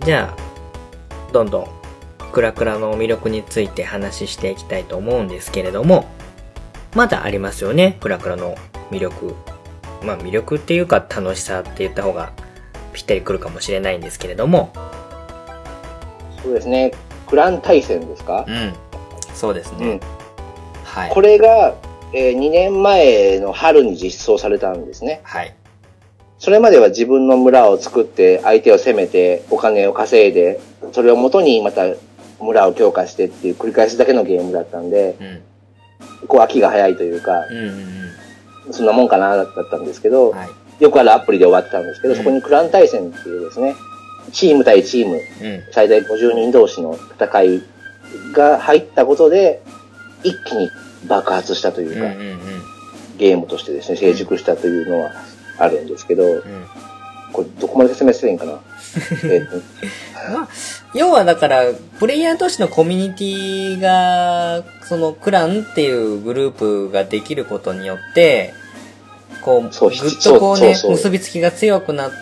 じゃあどんどんクラクラの魅力について話していきたいと思うんですけれども、まだありますよね、クラクラの魅力。まあ魅力っていうか楽しさって言った方がぴったりくるかもしれないんですけれども。 そうですね、クラン対戦ですか？ うん、そうですね。はい。 これが、2年前の春に実装されたんですね。 はい。 それまでは自分の村を作って相手を攻めてお金を稼いで、それを元にまた村を強化してっていう繰り返しだけのゲームだったんで、こう飽きが早いというか、そんなもんかなだったんですけど、はい、よくあるアプリで終わってたんですけど、そこにクラン対戦っていうですね、チーム対チーム、最大50人同士の戦いが入ったことで、一気に爆発したというか、ゲームとしてですね、成熟したというのはあるんですけど、これどこまで説明すればいいんかなまあ、要はだから、プレイヤー同士のコミュニティが、そのクランっていうグループができることによって、こう、ぐっとこうね、結びつきが強くなって、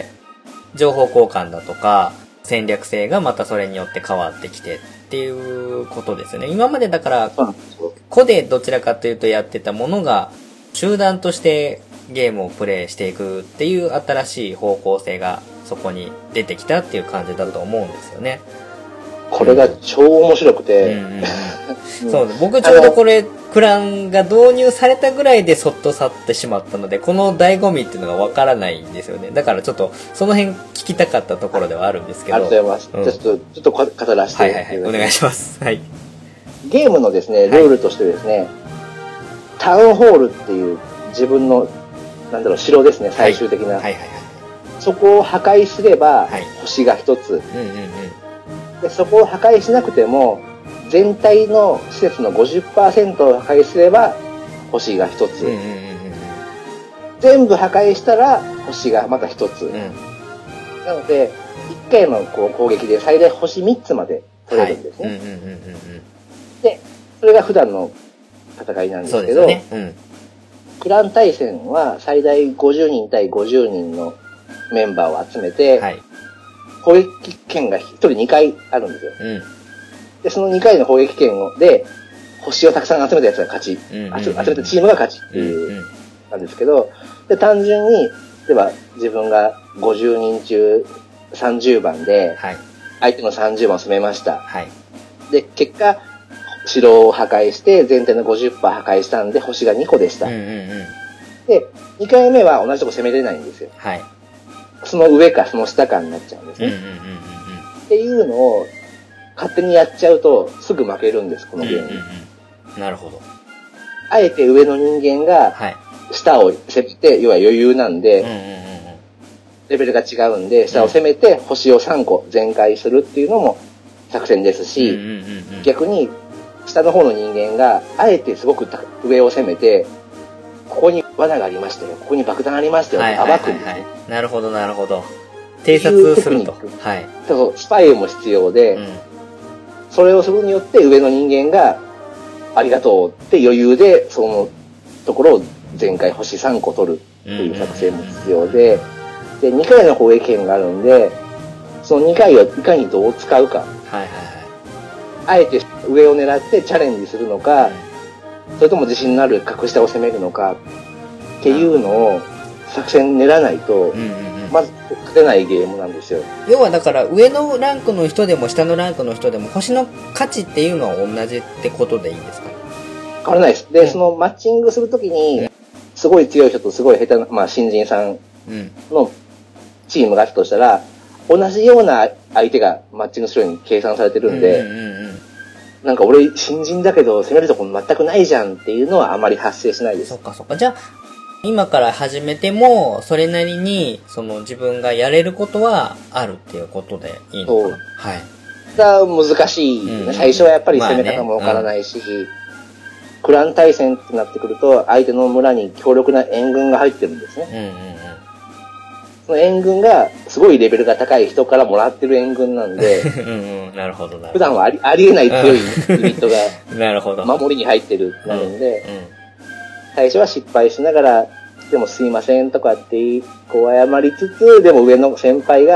情報交換だとか、戦略性がまたそれによって変わってきてっていうことですよね。今までだから、個でどちらかというとやってたものが、集団としてゲームをプレイしていくっていう新しい方向性がそこに出てきたっていう感じだと思うんですよね。 これが超面白くて、 そう、僕ちょうどこれクランが導入されたぐらいでそっと去ってしまったので、この醍醐味っていうのがわからないんですよね。だからちょっとその辺聞きたかったところではあるんですけど。 ありがとうございます。ちょっと語らせて、 はいはいはい、お願いします。はい。 ゲームのですね、ルールとしてですね、タウンホールっていう自分のなんだろう、城ですね、最終的な。そこを破壊すれば、星が一つ。で、そこを破壊しなくても、全体の施設の 50% を破壊すれば、星が一つ。全部破壊したら、星がまた一つ。なので、1回のこう攻撃で最大星3つまで取れるんですね。で、それが普段の戦いなんですけど、クラン対戦は最大50人対50人のメンバーを集めて、攻撃権が1人2回あるんですよ。で、その2回の攻撃権で、星をたくさん集めたやつが勝ち、集めたチームが勝ちっていう、なんですけど、で、単純に、例えば自分が50人中30番で、相手の30番を攻めました。で、結果、城を破壊して全体の 50% 破壊したんで星が2個でした。で、2回目は同じとこ攻めれないんですよ。その上かその下かになっちゃうんですね。っていうのを勝手にやっちゃうとすぐ負けるんです、このゲーム。 なるほど。 あえて上の人間が下を攻めて、要は余裕なんで、レベルが違うんで、下を攻めて星を3個全開するっていうのも作戦ですし、逆に下の方の人間があえてすごく上を攻めて、ここに罠がありましたよ、ここに爆弾ありましたよって暴くんですね。 なるほどなるほど。偵察すると。 そう、スパイも必要で、それをするによって上の人間がありがとうって余裕でそのところを全開星3個取るっていう作戦も必要で、で2回の攻撃権があるんで、その2回をいかにどう使うか。あえて上を狙ってチャレンジするのか、それとも自信のある格下を攻めるのかっていうのを作戦練らないと、まず勝てないゲームなんですよ。 要はだから上のランクの人でも下のランクの人でも星の価値っていうのは同じってことでいいんですかね？ 変わらないです。で、そのマッチングするときに、すごい強い人とすごい下手な、まあ新人さんのチームがあったとしたら、同じような相手がマッチングするように計算されてるんで、なんか俺新人だけど攻めるとこ全くないじゃんっていうのはあまり発生しないです。 そっかそっか。じゃあ今から始めてもそれなりにその自分がやれることはあるっていうことでいいのかな。はい。 が難しい、最初はやっぱり攻め方もわからないし、クラン対戦ってなってくると相手の村に強力な援軍が入ってるんですね。その援軍がすごいレベルが高い人からもらってる援軍なんで、 なるほどなるほど。 普段はありえない強いユニットがなるほど守りに入ってるなので、最初は失敗しながら、でもすいませんとかってこう謝りつつ、でも上の先輩が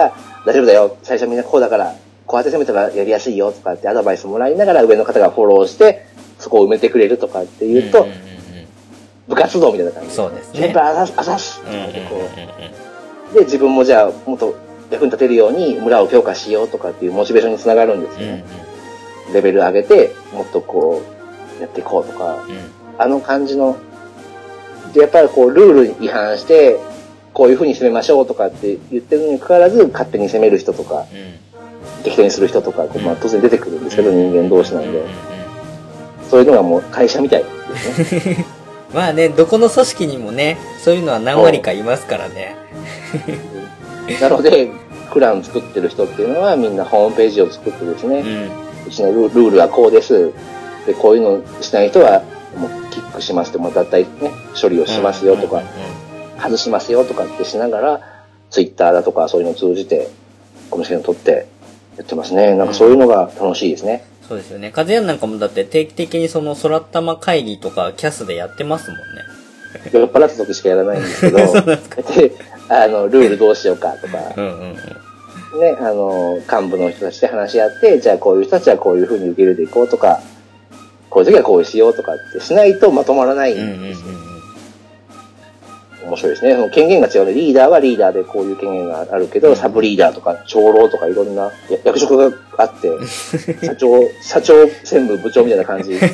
大丈夫だよ、最初みんなこうだから、こうやって攻めたらやりやすいよとかってアドバイスもらいながら上の方がフォローして、そこを埋めてくれるとかっていうと、部活動みたいな感じ。 そうですね。 先輩あざすとかってこう。で、自分もじゃあもっと役に立てるように村を強化しようとかっていうモチベーションにつながるんですよね。レベル上げて、もっとこう、やっていこうとか、あの感じの、で、やっぱりこう、ルールに違反して、こういう風に攻めましょうとかって言ってるのに関わらず、勝手に攻める人とか、適当にする人とか、まあ、当然出てくるんですけど、人間同士なんで、そういうのがもう会社みたいですね。 まあね、どこの組織にもね、そういうのは何割かいますからね。 なので、クラン作ってる人っていうのはみんなホームページを作ってですね、うちのルールはこうです。で、こういうのしない人は、もうキックしますって、もう脱退ね、処理をしますよとか、外しますよとかってしながら、ツイッターだとかそういうのを通じて、コミュニケーションを取ってやってますね。なんかそういうのが楽しいですね。 そうですよね。カズヤンなんかもだって定期的にその空玉会議とかキャスでやってますもんね。 酔っ払った時しかやらないんですけど、で、ルールどうしようかとか、ね、幹部の人たちで話し合って、じゃあこういう人たちはこういう風に受け入れていこうとか、こういう時はこうしようとかってしないとまとまらないんですよ。面白いですね。その権限が違うので、リーダーはリーダーでこういう権限があるけど、サブリーダーとか長老とかいろんな役職があって、社長専務部長みたいな感じ。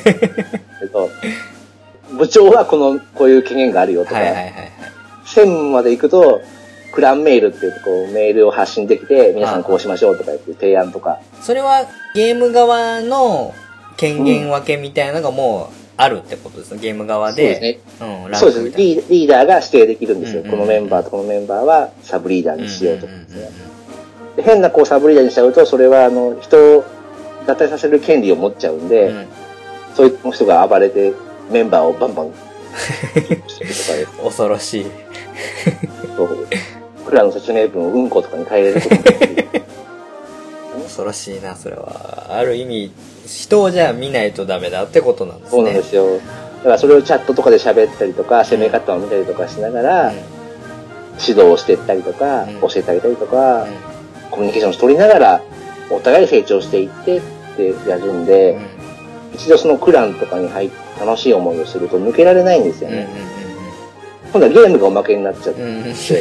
部長はこういう権限があるよとか、専務まで行くと、クランメールっていうこうメールを発信できて、皆さんこうしましょうとか言って提案とか。 それはゲーム側の権限分けみたいなのがもうあるってことですね、ゲーム側で。 そうですね。そうですね。リーダーが指定できるんですよ。このメンバーとこのメンバーはサブリーダーにしようとかですね。で変なこうサブリーダーにしちゃうと、それは人を脱退させる権利を持っちゃうんで、そういう人が暴れてメンバーをバンバンしてるとかです、 恐ろしい。 クラの説明文をうんことかに変えれることもできる。 恐ろしいな、それは。ある意味、人をじゃあ見ないとダメだってことなんですね。 そうなんですよ。だからそれをチャットとかで喋ったりとか、攻め方を見たりとかしながら、指導をしていったりとか、教えてあげたりとか、コミュニケーションを取りながら、お互い成長していってってやるんで、一度そのクランとかに入って楽しい思いをすると抜けられないんですよね。今度はゲームがおまけになっちゃって、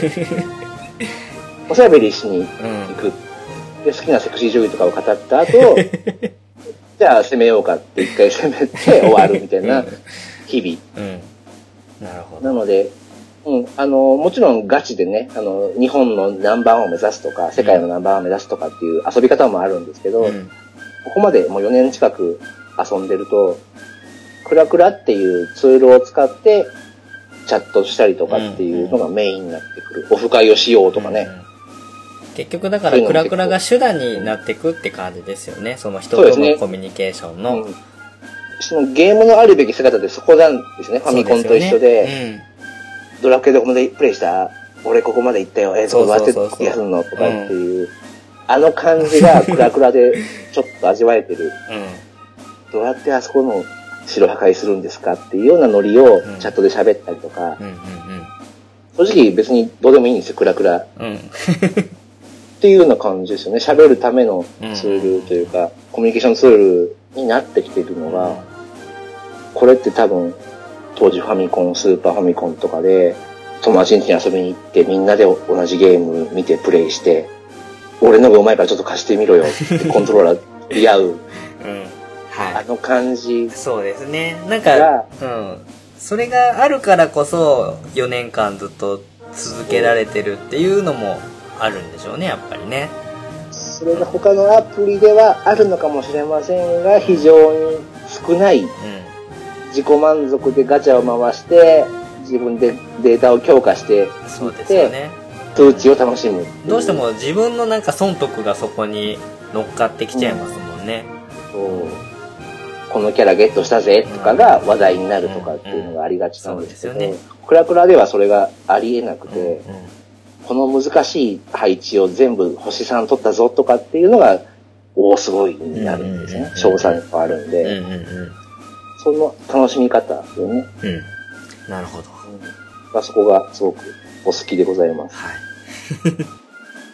おしゃべりしに行く。で、好きなセクシー女優とかを語った後、じゃあ攻めようかって一回攻めて終わるみたいな日々。 なるほど。 なので、もちろんガチでね、日本のナンバーワンを目指すとか、世界のナンバーワンを目指すとかっていう遊び方もあるんですけど、ここまでもう4年近く遊んでると、クラクラっていうツールを使ってチャットしたりとかっていうのがメインになってくる。オフ会をしようとかね。 結局だからクラクラが手段になってくって感じですよね。その人とのコミュニケーションの。 そのゲームのあるべき姿でそこなんですね。ファミコンと一緒で。ドラクエでここまでプレイした、俺ここまで行ったよ。どうやってクリアするのとかっていう。あの感じがクラクラでちょっと味わえてる。どうやってあそこの城破壊するんですかっていうようなノリをチャットで喋ったりとか。正直別にどうでもいいんですよ、クラクラ。っていうような感じですよね。喋るためのツールというか、コミュニケーションツールになってきているのが、これって多分、当時ファミコン、スーパーファミコンとかで、友達に遊びに行ってみんなで同じゲーム見てプレイして、俺のが上手いからちょっと貸してみろよってコントローラー言い合う。あの感じ。 そうですね。なんか、それがあるからこそ4年間ずっと続けられてるっていうのもあるんでしょうね、やっぱりね。 それが他のアプリではあるのかもしれませんが、非常に少ない。自己満足でガチャを回して、自分でデータを強化していって、 そうですよね。 通知を楽しむ。 どうしても自分のなんか損得がそこに乗っかってきちゃいますもんね。 このキャラゲットしたぜとかが話題になるとかっていうのがありがちなんですけど、クラクラではそれがありえなくて、この難しい配置を全部星3取ったぞとかっていうのが、すごいになるんですね。賞賛が変わるんで、その楽しみ方ですよね。 なるほど。 そこがすごくお好きでございます。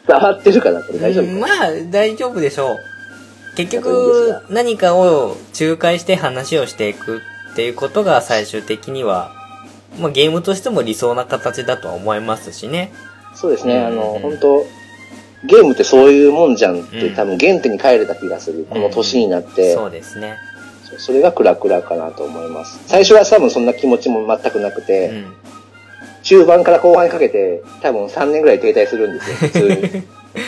伝わってるかなこれ大丈夫かな。 まあ、大丈夫でしょう。結局、何かを仲介して話をしていくっていうことが最終的には、まあ、ゲームとしても理想な形だとは思いますしね。 そうですね、本当ゲームってそういうもんじゃんって、多分原点に帰れた気がする。この年になって。 そうですね。 それがクラクラかなと思います。最初は多分そんな気持ちも全くなくて、中盤から後半にかけて多分3年ぐらい停滞するんですよ、普通に。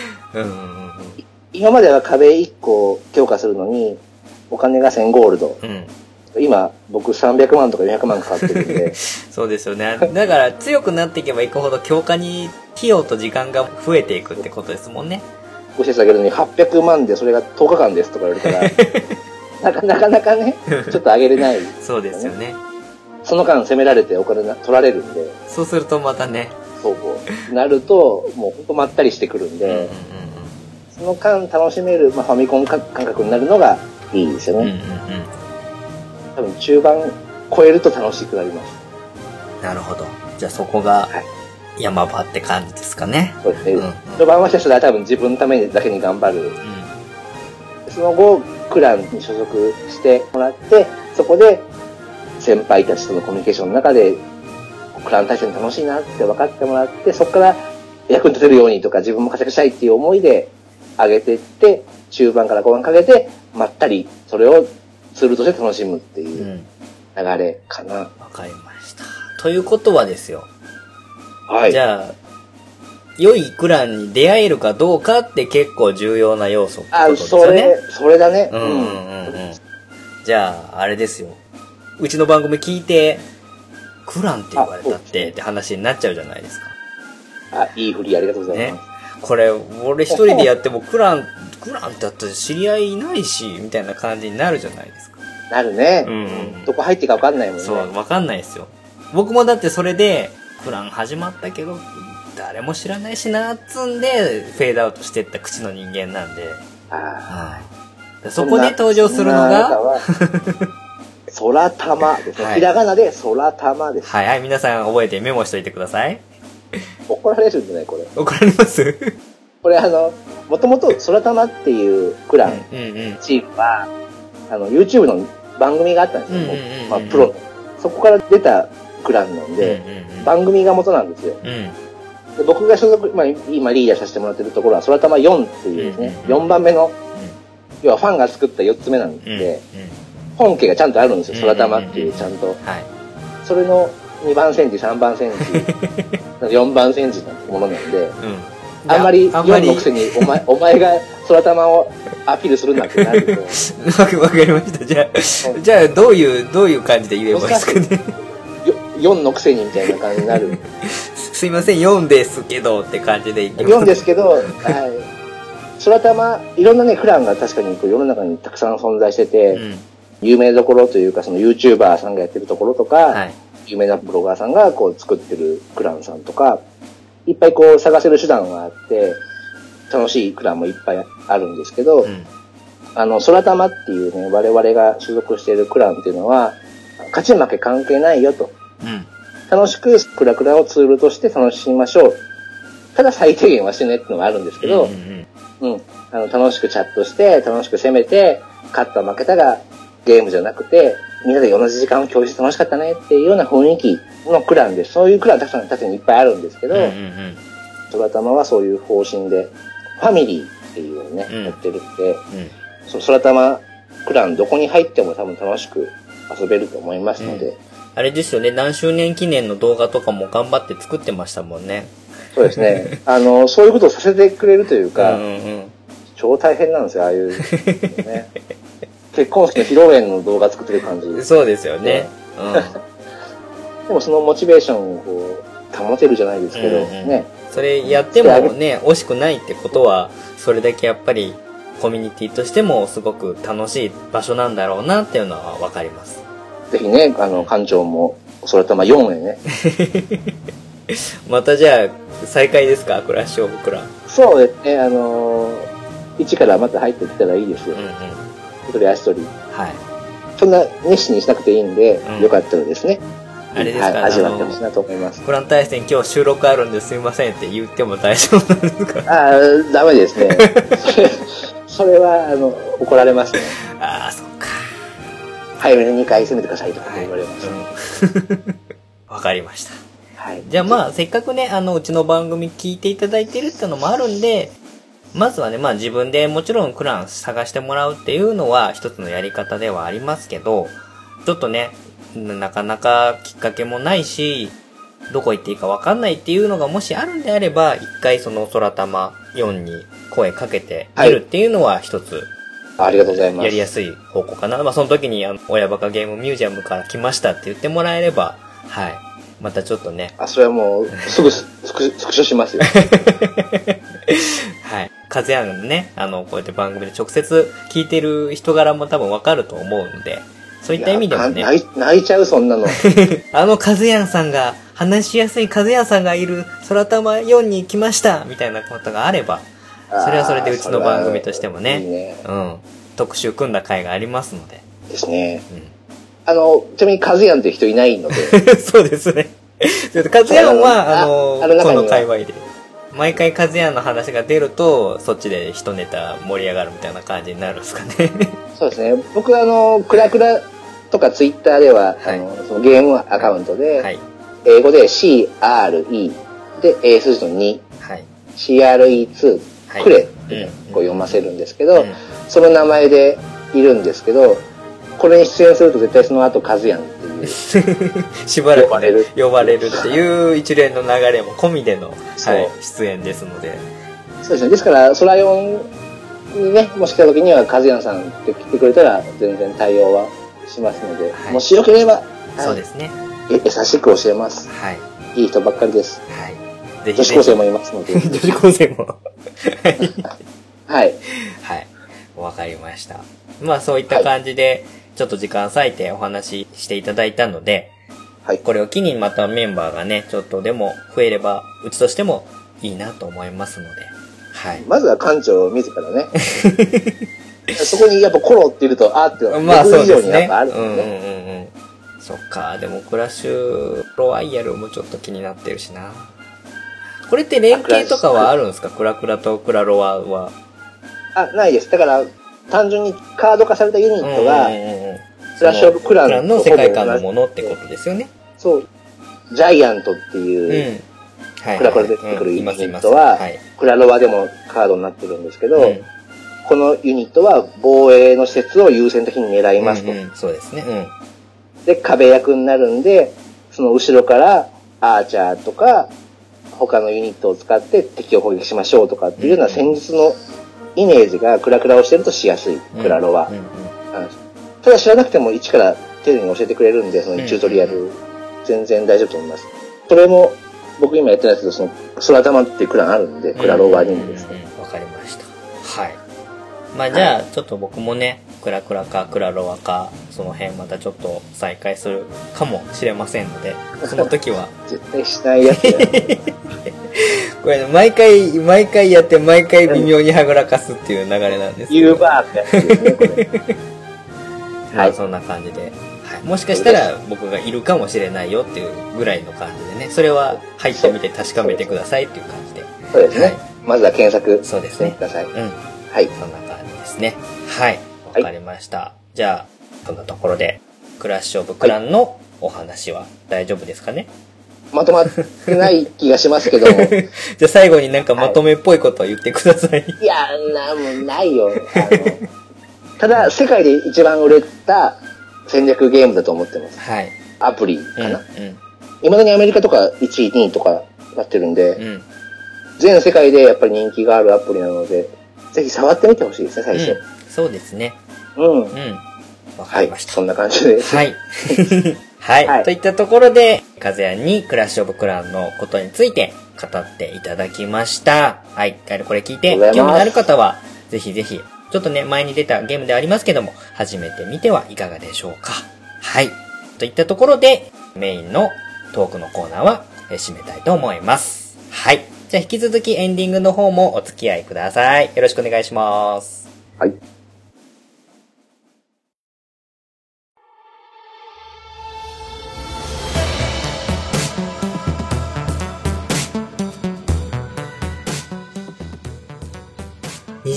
今までは壁1個強化するのに、お金が1000ゴールド。今、僕300万とか400万かかってるんで。 そうですよね。だから強くなっていけばいくほど強化に費用と時間が増えていくってことですもんね。 ご施設あげるのに800万でそれが10日間ですとか言われたら、なかなかね、ちょっと上げれない、ね。 そうですよね。 その間責められてお金取られるんで。 そうするとまたね。 そうなると、もうほんとまったりしてくるんで、その間楽しめる、ファミコン感覚になるのがいいですよね。多分中盤超えると楽しくなります。 なるほど。じゃあそこが山場って感じですかね。 そうですね。序盤は多分自分のためだけに頑張る。その後、クランに所属してもらって、そこで先輩たちとのコミュニケーションの中で、クラン対戦楽しいなって分かってもらって、そこから役に立てるようにとか自分も活躍したいっていう思いで上げていって、中盤から後半かけて、まったりそれをツールとして楽しむっていう流れかな。 わかりました。ということはですよ。 はい。 じゃあ、良いクランに出会えるかどうかって結構重要な要素ってことですよね。 それだね。 じゃあ、あれですよ。うちの番組聞いて、クランって言われたって話になっちゃうじゃないですか。 いい振りありがとうございます。ね、 これ、俺一人でやってもクランってだったら知り合いいないし、みたいな感じになるじゃないですか。 なるね。どこ入っていいか分かんないもんね。 そう、分かんないですよ。僕もだってそれで、クラン始まったけど、誰も知らないしなっつんで、フェードアウトしてった口の人間なんで。そこで登場するのが、 空玉ですね。ひらがなで空玉です。 はい、皆さん覚えてメモしといてください。 怒られるんじゃないこれ。 怒られますこれもともと空玉っていうクラン、チームは、YouTube の番組があったんですよ。プロ。そこから出たクランなんで、番組が元なんですよ。で僕が所属、今リーダーさせてもらってるところは空玉4っていうですね、4番目の、要はファンが作った4つ目なんで、本家がちゃんとあるんですよ、空玉っていうちゃんと。それの2番センチ、3番センチ、4番センチのものなんで、あんまり4のくせにお前が空玉をアピールするなってなると。 わかりました。じゃあどういう感じで言えばいいですかね。 4のくせにみたいな感じになる。 すいません、4ですけどって感じで言ってます。 4ですけど、空玉、いろんなね、クランが確かに世の中にたくさん存在してて、有名どころというか、その YouTuber さんがやってるところとか、有名なブロガーさんがこう作ってるクランさんとか、いっぱいこう探せる手段があって、楽しいクランもいっぱいあるんですけど、空玉っていうね、我々が所属しているクランっていうのは、勝ち負け関係ないよと。楽しくクラクラをツールとして楽しみましょう。ただ最低限はしてねっていうのがあるんですけど、楽しくチャットして、楽しく攻めて、勝った負けたがゲームじゃなくて、みんなで同じ時間を共有して楽しかったねっていうような雰囲気のクランです。そういうクラン確かにいっぱいあるんですけど、空玉はそういう方針で、ファミリーっていうのをね、やってるんで、その空玉クランどこに入っても多分楽しく遊べると思いますので、 あれですよね、何周年記念の動画とかも頑張って作ってましたもんね。 そうですね。そういうことをさせてくれるというか、超大変なんですよ、ああいう、ね。結婚式の披露宴の動画作ってる感じ。 そうですよね。 でもそのモチベーションをこう保てるじゃないですけど、ね。 それやってもね、惜しくないってことは、それだけやっぱりコミュニティとしてもすごく楽しい場所なんだろうなっていうのはわかります。 ぜひね、館長も空玉4へね。 またじゃあ再開ですか、クラッシュオブクラン。 そうですね、一からまた入ってきたらいいですよ。一人足取り。そんな熱心にしなくていいんで、よかったらですね、 あれですか、 味わってほしいなと思います。 クラン対戦今日収録あるんですいませんって言っても大丈夫なんですか？ ダメですね。それは、怒られますね。 そっか。 早めに2回攻めてくださいとか言われます。 わかりました。 はい。 じゃあせっかくね、うちの番組聞いていただいてるってのもあるんで、まずはね、自分でもちろんクラン探してもらうっていうのは一つのやり方ではありますけど、ちょっとね、なかなかきっかけもないし、どこ行っていいかわかんないっていうのがもしあるんであれば、一回その空玉4に声かけてみるっていうのは一つ、 ありがとうございます。 やりやすい方向かな。その時に親バカゲームミュージアムから来ましたって言ってもらえれば、はい。またちょっとね。 それはもう、すぐスクショしますよ。 はい。カズヤンのね、こうやって番組で直接聞いてる人柄も多分わかると思うので、そういった意味でもね。 泣いちゃう、そんなの。 カズヤンさんが、話しやすいカズヤンさんがいる空玉4に来ましたみたいなことがあれば、それはそれでうちの番組としてもね、いいね、特集組んだ回がありますので。 ですね。ちなみにカズヤンって人いないので。 そうですね。カズヤンは、この界隈で。毎回カズヤンの話が出ると、そっちで一ネタ盛り上がるみたいな感じになるんですかね。 そうですね。僕クラクラとかツイッターでは、そのゲームアカウントで、英語で CRE で英数字の2、CRE2、クレってこう読ませるんですけど、その名前でいるんですけど、これに出演すると絶対その後カズヤンっていうしばらく呼ばれるっていう一連の流れも込みでの、出演ですので。 そうですね。ですからソラヨンにね、もし来た時にはカズヤンさんって来てくれたら全然対応はしますので、もしよければ、 そうですね。 優しく教えます。いい人ばっかりです。 ぜひ女子高生もいますので。 女子高生も。 はい。 わかりました。そういった感じで、ちょっと時間割いてお話ししていただいたので、これを機にまたメンバーがね、ちょっとでも増えれば、うちとしてもいいなと思いますので、 まずは館長自らね。そこにやっぱコロっていると、って僕以上にやっぱあるんですね。 そっか、でもクラッシュロワイヤルもちょっと気になってるしな。これって連携とかはあるんですか？クラクラとクラロワは。 ないです。だから、単純にカード化されたユニットが、クラッシュオブクランの世界観のものってことですよね。 そう。ジャイアントっていう、クラクラで出てくるユニットは、クラロワでもカードになってるんですけど、このユニットは防衛の施設を優先的に狙いますと。 そうですね。 で、壁役になるんで、その後ろからアーチャーとか、他のユニットを使って敵を攻撃しましょうとかっていうような戦術のイメージがクラクラをしてるとしやすい、クラロは。ただ知らなくても一から丁寧に教えてくれるんで、そのチュートリアル、全然大丈夫と思います。それも、僕今やってないですけど、その、空玉っていうクランあるんで、クラロワにもですね。 わかりました。じゃあ、ちょっと僕もね、クラクラかクラロワか、その辺またちょっと再開するかもしれませんので、その時は。 絶対しないやつや。 これね、毎回やって、毎回微妙にはぐらかすっていう流れなんですけど。 ユーバーってやつですね、これ。 そんな感じで。もしかしたら僕がいるかもしれないよっていうぐらいの感じでね、それは入ってみて確かめてくださいっていう感じで。 そうですね。まずは検索してください。 そんな感じですね。わかりました。じゃあ、そんなところで、クラッシュオブクランのお話は大丈夫ですかね？ まとまってない気がしますけども。じゃあ最後になんかまとめっぽいことを言ってください。 いや、もうないよ。ただ、世界で一番売れた戦略ゲームだと思ってます。アプリかな。未だにアメリカとか1位、2位とかなってるんで、全世界でやっぱり人気があるアプリなので、ぜひ触ってみてほしいですね、最初。 そうですね。わかりました。 そんな感じです。 といったところで、カズヤンにクラッシュオブクランのことについて語っていただきました。これ聞いて興味のある方は、ぜひぜひ、ちょっとね、前に出たゲームでありますけども、始めてみてはいかがでしょうか。といったところで、メインのトークのコーナーは締めたいと思います。じゃあ引き続きエンディングの方もお付き合いください。よろしくお願いします。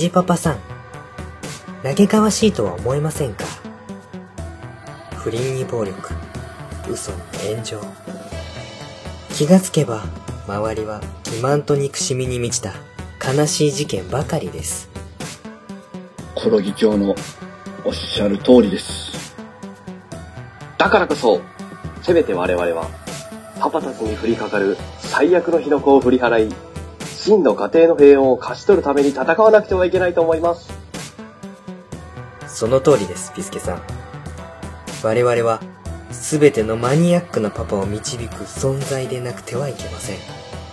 虹パパさん、嘆かわしいとは思いませんか？不倫に暴力、嘘に炎上。気がつけば、周りは欺瞞と憎しみに満ちた悲しい事件ばかりです。 コロ議長のおっしゃる通りです。 だからこそ、せめて我々は、パパたちに降りかかる最悪の火の粉を振り払い、真の家庭の平穏を勝ち取るために戦わなくてはいけないと思います。 その通りです、ピスケさん。我々は、すべてのマニアックなパパを導く存在でなくてはいけません。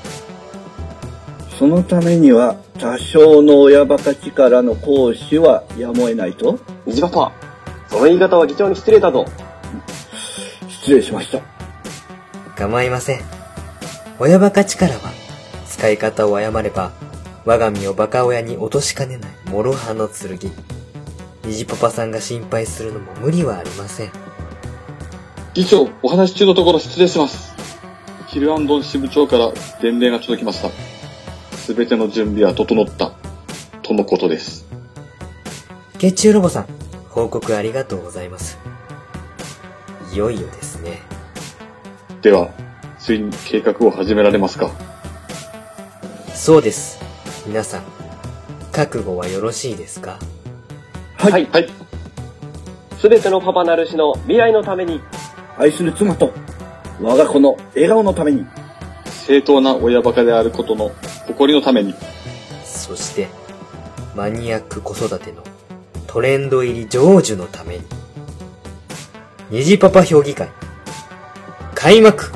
そのためには、多少の親バカ力の行使はやむを得ないと？ 虹パパ、その言い方は議長に失礼だぞ。 失礼しました。 構いません。親バカ力は、使い方を誤れば、我が身をバカ親に落としかねない諸刃の剣。虹パパさんが心配するのも無理はありません。 議長、お話中のところ失礼します。ヒルアンドン支部長から伝令が届きました。すべての準備は整った、とのことです。 月中ロボさん、報告ありがとうございます。いよいよですね。 では、ついに計画を始められますか？ そうです。皆さん、覚悟はよろしいですか？ はい。はい。すべてのパパなるしの未来のために、 愛する妻と我が子の笑顔のために、 正当な親バカであることの誇りのために、 そしてマニアック子育てのトレンド入り成就のために、虹パパ評議会開幕。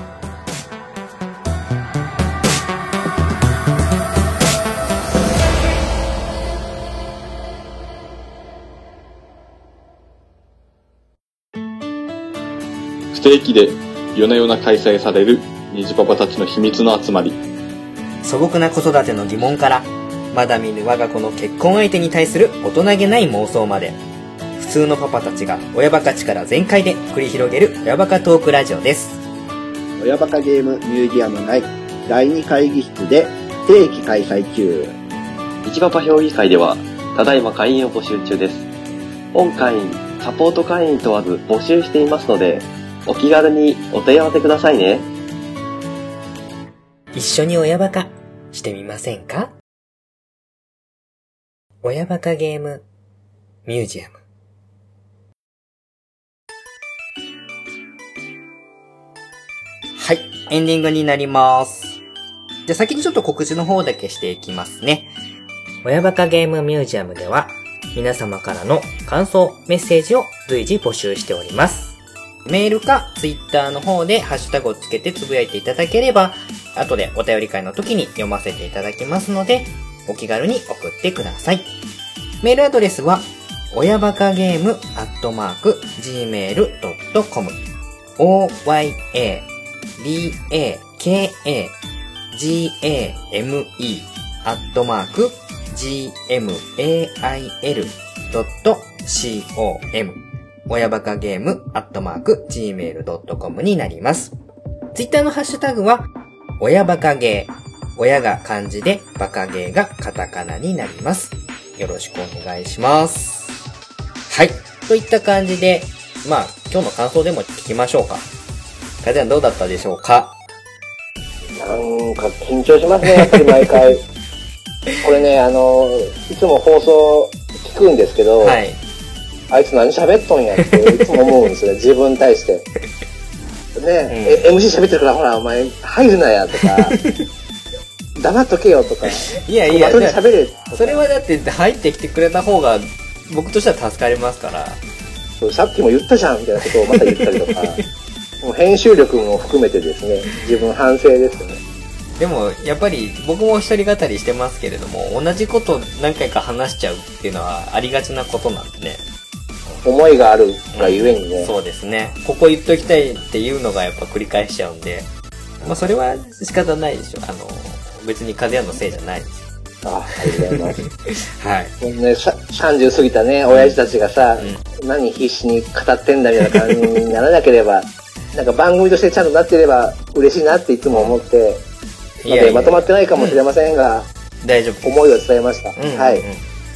不定期で夜な夜な開催される虹パパたちの秘密の集まり。 素朴な子育ての疑問から、まだ見ぬ我が子の結婚相手に対する大人げない妄想まで、普通のパパたちが親バカ力全開で繰り広げる親バカトークラジオです。 親バカゲームミュージアム内第2会議室で定期開催中。 虹パパ評議会では、ただいま会員を募集中です。本会員、サポート会員問わず募集していますので、お気軽にお問い合わせくださいね。 一緒に親バカしてみませんか？親バカゲームミュージアム。はい、エンディングになります。じゃあ先にちょっと告知の方だけしていきますね。親バカゲームミュージアムでは、皆様からの感想、メッセージを随時募集しております。メールかツイッターの方でハッシュタグをつけてつぶやいていただければ、後でお便り会の時に読ませていただきますので、お気軽に送ってください。メールアドレスは、親バカゲーム@gmail.com oyabakagame@gmail.com 親バカゲーム@gmail.com になります。ツイッターのハッシュタグは、親バカゲー。親が漢字で、バカゲーがカタカナになります。よろしくお願いします。はい。といった感じで、今日の感想でも聞きましょうか。かずやんどうだったでしょうか？ なんか緊張しますね、やっぱり毎回。これね、いつも放送聞くんですけど、はい。あいつ何喋っとんやっていつも思うんですよ、自分に対して。ね、MC 喋ってるからほら、お前入るなやとか、黙っとけよとか、 いや、 後で喋れとか。 それはだって入ってきてくれた方が僕としては助かりますから。 そうさっきも言ったじゃんみたいなことをまた言ったりとか、もう編集力も含めてですね、自分反省ですよね。 でもやっぱり僕も一人語りしてますけれども、同じこと何回か話しちゃうっていうのはありがちなことなんでね。 思いがあるがゆえにね、 そうですね。ここ言っときたいっていうのがやっぱ繰り返しちゃうんで、まあそれは仕方ないでしょ。別に風やのせいじゃないですよ。 ありがとうございます。 はい。 もうね、30過ぎたね、親父たちがさ、何必死に語ってんだみたいな感じにならなければ、なんか番組としてちゃんとなってれば嬉しいなっていつも思って、まとまってないかもしれませんが、 大丈夫。 思いを伝えました。はい。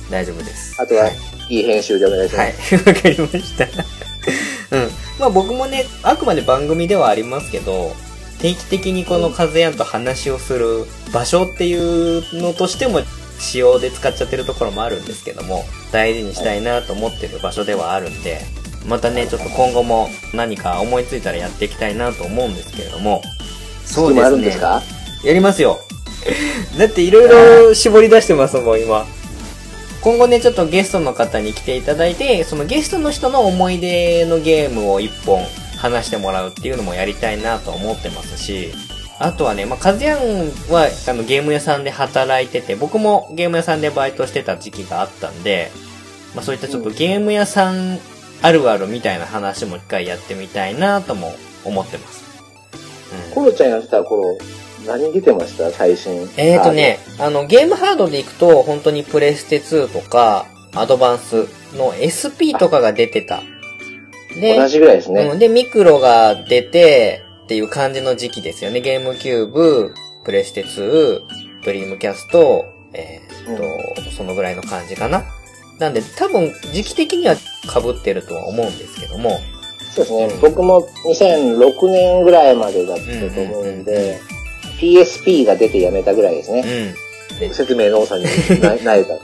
大丈夫です。 あとは、いい編集でお願いします。 はい。わかりました。うん。まあ僕もね、あくまで番組ではありますけど、定期的にこのカズヤンと話をする場所っていうのとしても、仕様で使っちゃってるところもあるんですけども、大事にしたいなと思ってる場所ではあるんで、またね、ちょっと今後も何か思いついたらやっていきたいなと思うんですけれども、 そうですね。あるんですか？ やりますよ。だっていろいろ絞り出してますもん、今。今後ね、ちょっとゲストの方に来ていただいて、そのゲストの人の思い出のゲームを一本話してもらうっていうのもやりたいなと思ってますし、あとはね、カズヤンはゲーム屋さんで働いてて、僕もゲーム屋さんでバイトしてた時期があったんで、そういったちょっとゲーム屋さんあるあるみたいな話も一回やってみたいなとも思ってます。 コロちゃんやってた頃、何出てました最新？ ゲームハードでいくと、本当にプレステ2とか、アドバンスの SP とかが出てた。 で、同じぐらいですね。 で、ミクロが出て、っていう感じの時期ですよね。ゲームキューブ、プレステ2、ドリームキャスト、そのぐらいの感じかな。なんで、多分、時期的には被ってるとは思うんですけども。 そうですね。僕も2006年ぐらいまでだったと思うんで、PSP が出てやめたぐらいですね。説明の多さにないか。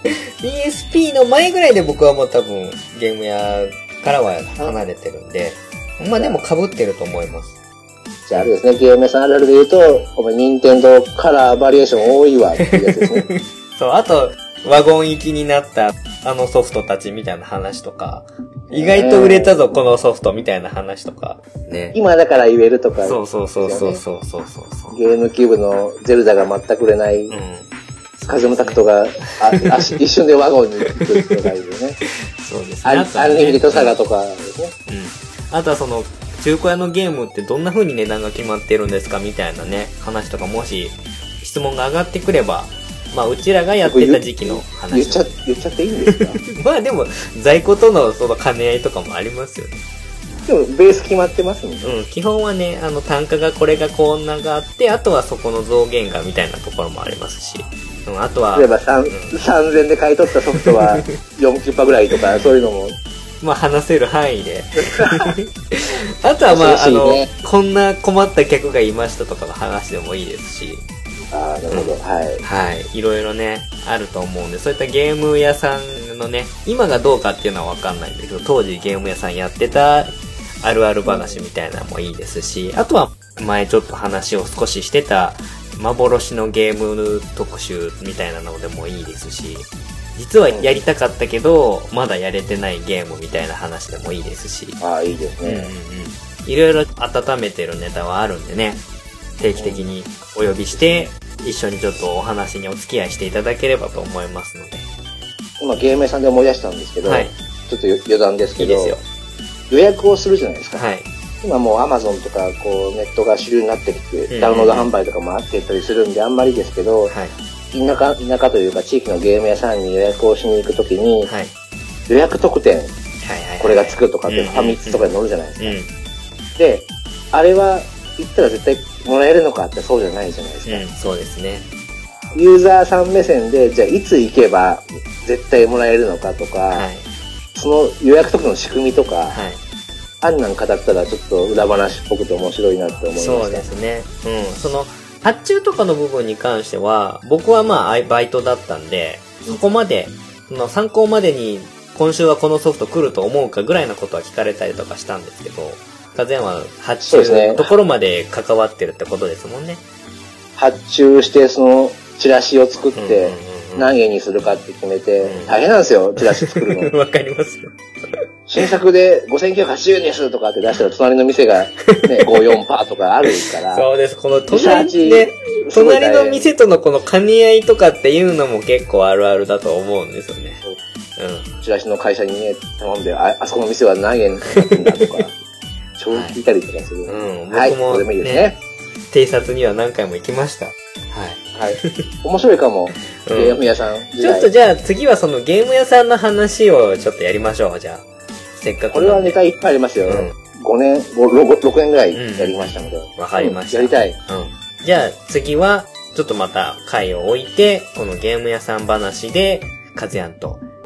PSP の前ぐらいで僕はもう多分、ゲーム屋からは離れてるんで、でも被ってると思います。 じゃああれですね、ゲーム屋さんあるあるで言うと、お前、任天堂カラーバリエーション多いわっていうやつですね。 そう、あと、ワゴン行きになったソフトたちみたいな話とか、意外と売れたぞ、このソフトみたいな話とか、ね。 今だから言えるとか、ね。 そう。 ゲームキューブのゼルダが全く売れない、カズムタクトが一瞬でワゴンに行くっていう感じでね。 そうですね。アンリミテッドサガとかですね。 あとは中古屋のゲームってどんな風に値段が決まってるんですかみたいなね、話とかもし質問が上がってくれば、うちらがやってた時期の話。 言っちゃっていいんですか？ でも、在庫との兼ね合いとかもありますよね。 でも、ベース決まってますもんね。 基本はね、単価がこれがこんながあって、あとはそこの増減がみたいなところもありますし、あとは。 例えば3000で買い取ったソフトは4%ぐらいとか、そういうのも。 話せる範囲で。あとはこんな困った客がいましたとかの話でもいいですし。 なるほど。はい。 いろいろね、あると思うんで、そういったゲーム屋さんのね、今がどうかっていうのはわかんないんだけど、当時ゲーム屋さんやってたあるある話みたいなのもいいですし、あとは前ちょっと話を少ししてた幻のゲーム特集みたいなのでもいいですし、実はやりたかったけど、まだやれてないゲームみたいな話でもいいですし。 いいですね。 いろいろ温めてるネタはあるんでね、定期的にお呼びして、一緒にちょっとお話にお付き合いしていただければと思いますので。 今ゲーム屋さんで思い出したんですけど、ちょっと余談ですけど、 いいですよ。 予約をするじゃないですか。 はい。 今もう Amazon とかネットが主流になってきて、ダウンロード販売とかもあってたりするんであんまりですけど、田舎というか地域のゲーム屋さんに予約をしに行くときに、予約特典、これがつくとかってファミツとかに載るじゃないですか。で、あれは行ったら絶対もらえるのかってそうじゃないじゃないですか。 そうですね。 ユーザーさん目線で、じゃあいつ行けば絶対もらえるのかとか、その予約特典の仕組みとか、あんなん語ったらちょっと裏話っぽくて面白いなって思いました。 そうですね。発注とかの部分に関しては、僕はバイトだったんで、そこまで、参考までに今週はこのソフト来ると思うかぐらいのことは聞かれたりとかしたんですけど、カズヤは発注のところまで関わってるってことですもんね。 発注して、そのチラシを作って、何円にするかって決めて、大変なんですよ、チラシ作るの。 わかりますよ。 新作で5980円ですとかって出したら隣の店がね、54% とかあるから。 そうです。この隣の店とのこの兼ね合いとかっていうのも結構あるあるだと思うんですよね。 チラシの会社にね、頼んで、あそこの店は何円かかってんだとか、正直聞いたりとかする。 僕もこれもいいですね。 偵察には何回も行きました。 面白いかも。ゲーム屋さん。 ちょっとじゃあ次はそのゲーム屋さんの話をちょっとやりましょう、じゃあ。せっかく。 これはネタいっぱいありますよ。6年ぐらいやりましたので。 わかりました。 やりたい。 じゃあ次は、ちょっとまた回を置いて、このゲーム屋さん話で、カズヤンと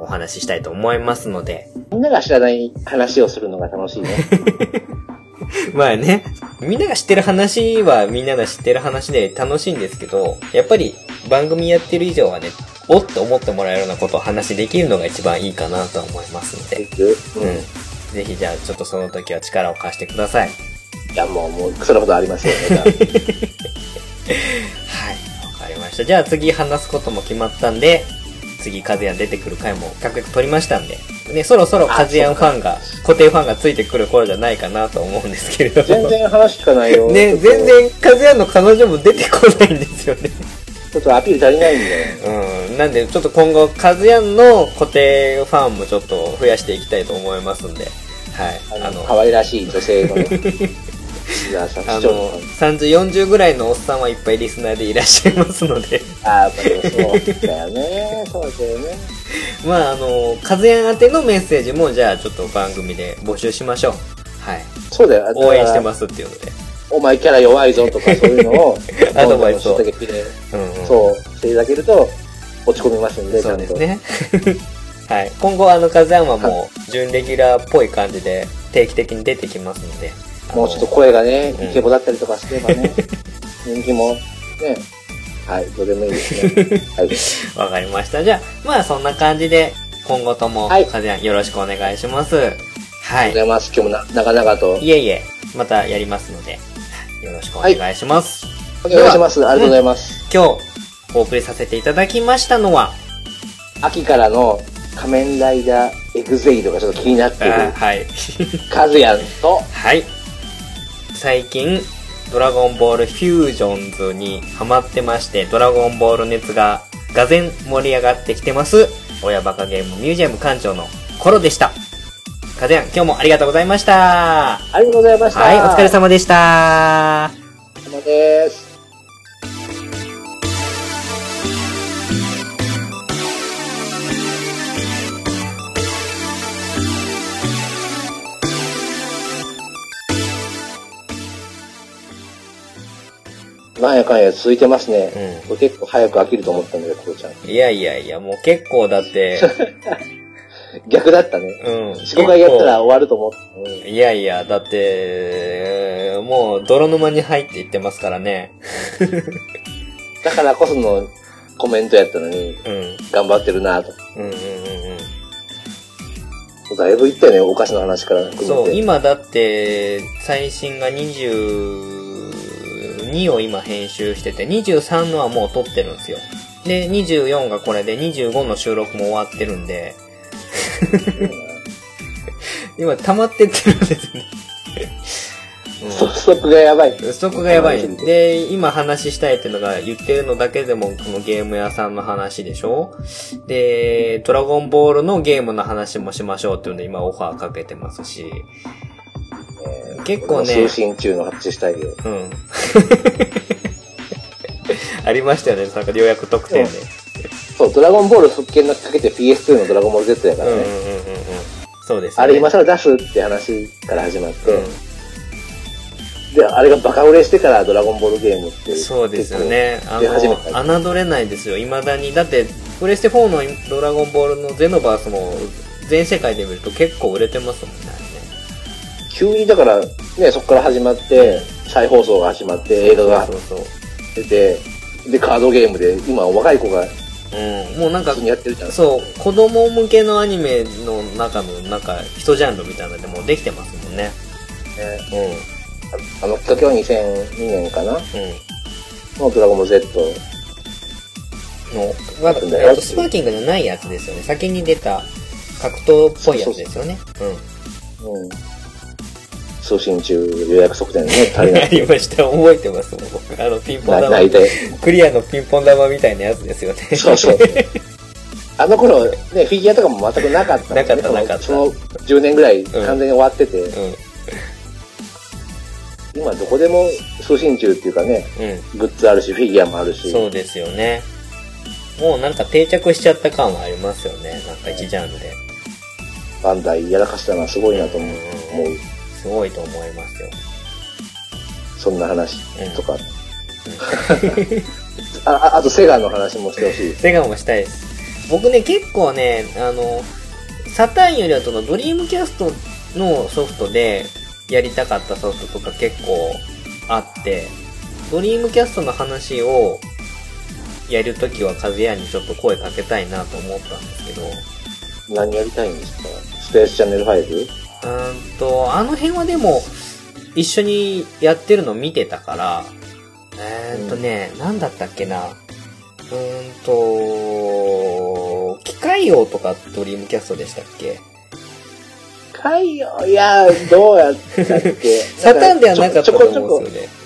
お話ししたいと思いますので。 みんなが知らない話をするのが楽しいね。 まあね、みんなが知ってる話はみんなが知ってる話で楽しいんですけど、やっぱり番組やってる以上はね、おって思ってもらえるようなことを話できるのが一番いいかなと思いますので。ぜひじゃあちょっとその時は力を貸してください。 いやもうそんなことありますよね。はい、わかりました。じゃあ次話すことも決まったんで、次カズヤン出てくる回も各々取りましたんで、ね、そろそろカズヤンファンが、固定ファンがついてくる頃じゃないかなと思うんですけれども。 全然話聞かないよ。 ね、全然カズヤンの彼女も出てこないんですよね。 ちょっとアピール足りないんで。 なんでちょっと今後カズヤンの固定ファンもちょっと増やしていきたいと思いますんで、はい。 可愛らしい女性のね。 30、40ぐらいのおっさんはいっぱいリスナーでいらっしゃいますので。 やっぱりそうだよね。そうだよね。 まあカズヤン宛てのメッセージもじゃあちょっと番組で募集しましょう。はい。 そうだよ。 応援してますっていうので。 お前キャラ弱いぞとかそういうのをアドバイスをしていただけると落ち込みますんで、 そうですね。はい。今後カズヤンはもう準レギュラーっぽい感じで定期的に出てきますので。 もうちょっと声がね、イケボだったりとかすればね、人気もね、はい、どうでもいいですね。はい。 わかりました。じゃあ、まあそんな感じで、今後とも、カズヤンよろしくお願いします。はい。 ありがとうございます。今日も長々と。 いえいえ、またやりますので、よろしくお願いします。 お願いします。ありがとうございます。 今日、お送りさせていただきましたのは、 秋からの仮面ライダーエグゼイドがちょっと気になっている。 はい。 カズヤンと、 はい。最近、ドラゴンボールフュージョンズにハマってまして、ドラゴンボール熱ががぜん盛り上がってきてます。親バカゲームミュージアム館長のコロでした。カズヤン、今日もありがとうございました。 ありがとうございました。 はい、お疲れ様でした。 お疲れ様です。なんやかんや続いてますね。これ結構早く飽きると思ったんだけど、コロちゃん。 いやいやいや、もう結構だって。 逆だったね。 4、 5回やったら終わると思った。 いやいや、だって、もう泥沼に入っていってますからね。 だからこそのコメントやったのに、頑張ってるなぁと。だいぶいったよね、お菓子の話から含めて。 そう、今だって、最新が22を今編集してて、23のはもう撮ってるんですよ。で、24がこれで、25の収録も終わってるんで、今溜まってってるんですね。 ストックがやばい。 ストックがやばい。で、今話したいっていうのが言ってるのだけでもこのゲーム屋さんの話でしょ？で、ドラゴンボールのゲームの話もしましょうっていうので今オファーかけてますし、結構ね。 通信中の話したいよ。 ありましたよね、なんか予約特典で。 そう、ドラゴンボール復権のかけて PS2 のドラゴンボール Z やからね。 そうですね。 あれ今更出すって話から始まって、で、あれがバカ売れしてからドラゴンボールゲームって。 そうですよね。侮れないですよ、未だに。だって、プレステ4のドラゴンボールのゼノバースも全世界で見ると結構売れてますもんね。 急にだから、ね、そこから始まって、再放送が始まって、映画が出て、で、カードゲームで、今若い子が、 もうなんか、 やってるじゃん。 そう、子供向けのアニメの中の、なんか、一ジャンルみたいなのでもうできてますもんね。 きっかけは2002年かなのドラゴンボール Z の、スパーキングじゃないやつですよね。先に出た格闘っぽいやつですよね。 送信中予約測定のね、足りない。 ありました。覚えてますもん。ピンポン玉。クリアのピンポン玉みたいなやつですよね。 そうそう。あの頃、ね、フィギュアとかも全くなかったもんね。 なかった。 その10年ぐらい完全に終わってて。今どこでも送信中っていうかね、グッズあるし、フィギュアもあるし。 そうですよね。もうなんか定着しちゃった感はありますよね。なんか一ジャンルで。 バンダイやらかしたのはすごいなと思う。 すごいと思いますよ。 そんな話とか。あとセガの話もしてほしい。 セガもしたいです。 僕ね、結構ね、サターンよりはドリームキャストのソフトでやりたかったソフトとか結構あって、ドリームキャストの話をやるときは和也にちょっと声かけたいなと思ったんですけど。 何やりたいんですか？スペースチャンネル 5？ あの辺はでも一緒にやってるの見てたから、なんだったっけな。機械王とかドリームキャストでしたっけ？ 機械王、いや、どうやったっけ？ サタンではなかったと思うんですよね。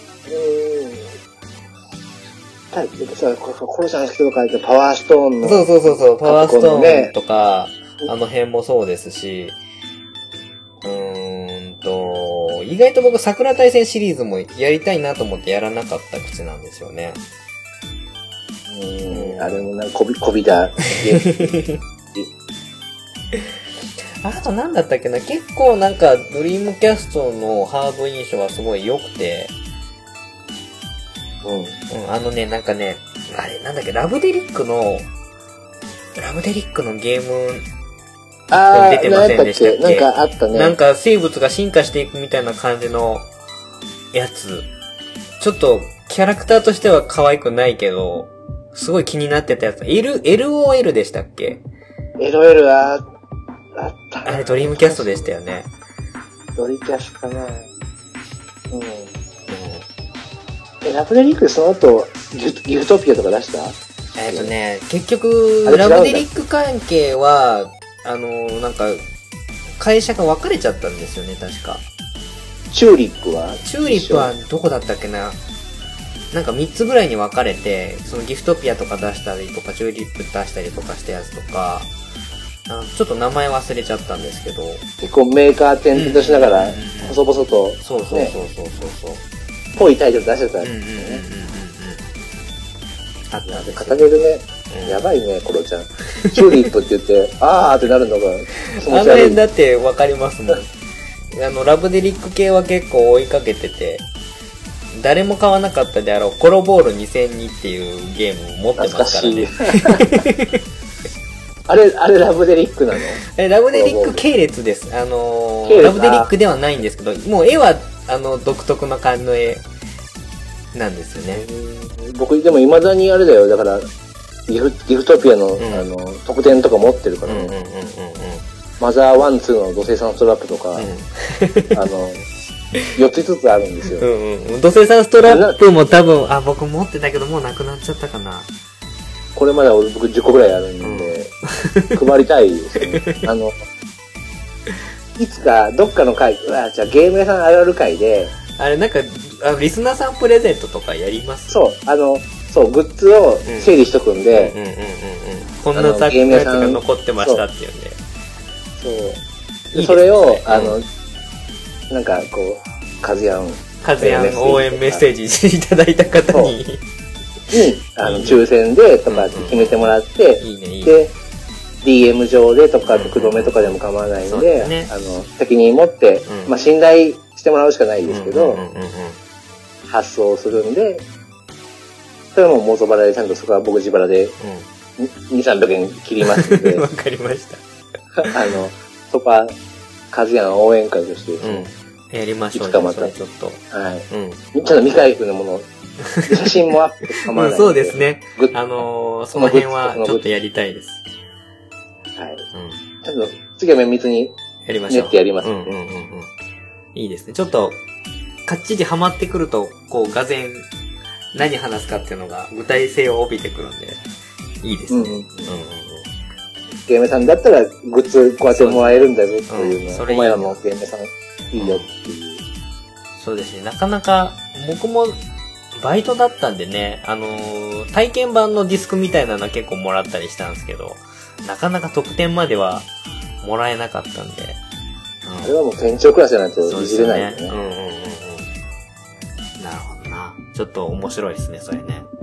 コロちゃんの人とか言ってパワーストーンの。 そう、パワーストーンとか、あの辺もそうですし、意外と僕桜大戦シリーズもやりたいなと思ってやらなかった口なんですよね。 あれもなんかこびだ。 あとなんだったっけな、結構なんかドリームキャストのハード印象はすごい良くて、なんかね、あれなんだっけ、ラブデリックのゲーム出てませんでしたっけ？ なんかあったね。 なんか生物が進化していくみたいな感じのやつ。ちょっとキャラクターとしては可愛くないけど、すごい気になってたやつ。LOL でしたっけ？ LOL はあった。 あれドリームキャストでしたよね。 ドリキャスかな。ラブデリックその後、ギフトピアとか出した？ 結局、ラブデリック関係は、なんか、会社が分かれちゃったんですよね、確か。 チューリップはどこだったっけな？なんか3つぐらいに分かれて、そのギフトピアとか出したりとか、チューリップ出したりとかしたやつとか、ちょっと名前忘れちゃったんですけど。 結構メーカー転々としながら、細々と、 そう。 ぽいタイトル出してたやつですね。 あったんですよ。 掲げるね。やばいね、コロちゃん。チューリップって言って、あーってなるのが、 あの辺だって分かりますもん。ラブデリック系は結構追いかけてて、誰も買わなかったであろう、コロボール2002っていうゲームを持ってますからね。 あれラブデリックなの？ ラブデリック系列です。ラブデリックではないんですけど、もう絵は、独特な感じの絵なんですよね。 僕、でも未だにあれだよ。だから、ギフトピアの、特典とか持ってるからね。マザー1、2の土星産ストラップとか、4つ5つあるんですよ。 土星産ストラップも多分、僕持ってたけどもうなくなっちゃったかな。 これまで僕10個ぐらいあるんで、配りたいですよね。いつかどっかの回、じゃあゲーム屋さんあるある回で、 あれなんか、リスナーさんプレゼントとかやります？ そう、グッズを整理しとくんで、 こんな雑貨やつが残ってましたっていうんで。 そう。それを、なんかこう、カズヤン応援メッセージいただいた方に。 抽選でとか決めてもらって、で、DM 上でとか、口止めとかでも構わないんで、責任持って、信頼してもらうしかないですけど、発送するんで、それはもう元払いでちゃんとそこは僕自腹で、2、300円切りますんで。 わかりました。 そこは、カズヤの応援会としてですね。 やりましょう。 いつかまた。 ちょっと。 はい。ちょっと未開封のもの、写真もアップ構わない。 そうですね。その辺はちょっとやりたいです。 はい。ちょっと、次は綿密に、 やりましょう。 練ってやります。 いいですね。ちょっと、かっちりハマってくると、こう、がぜん、何話すかっていうのが具体性を帯びてくるんで、いいですね。 ゲームさんだったら、グッズこうやってもらえるんだぞっていうのは、お前らもゲームさんいいよっていう。 そうですね。なかなか、僕も、バイトだったんでね、体験版のディスクみたいなのは結構もらったりしたんですけど、なかなか特典まではもらえなかったんで。 あれはもう店長クラスじゃないといじれないよね。 なるほどな。ちょっと面白いですね、それね。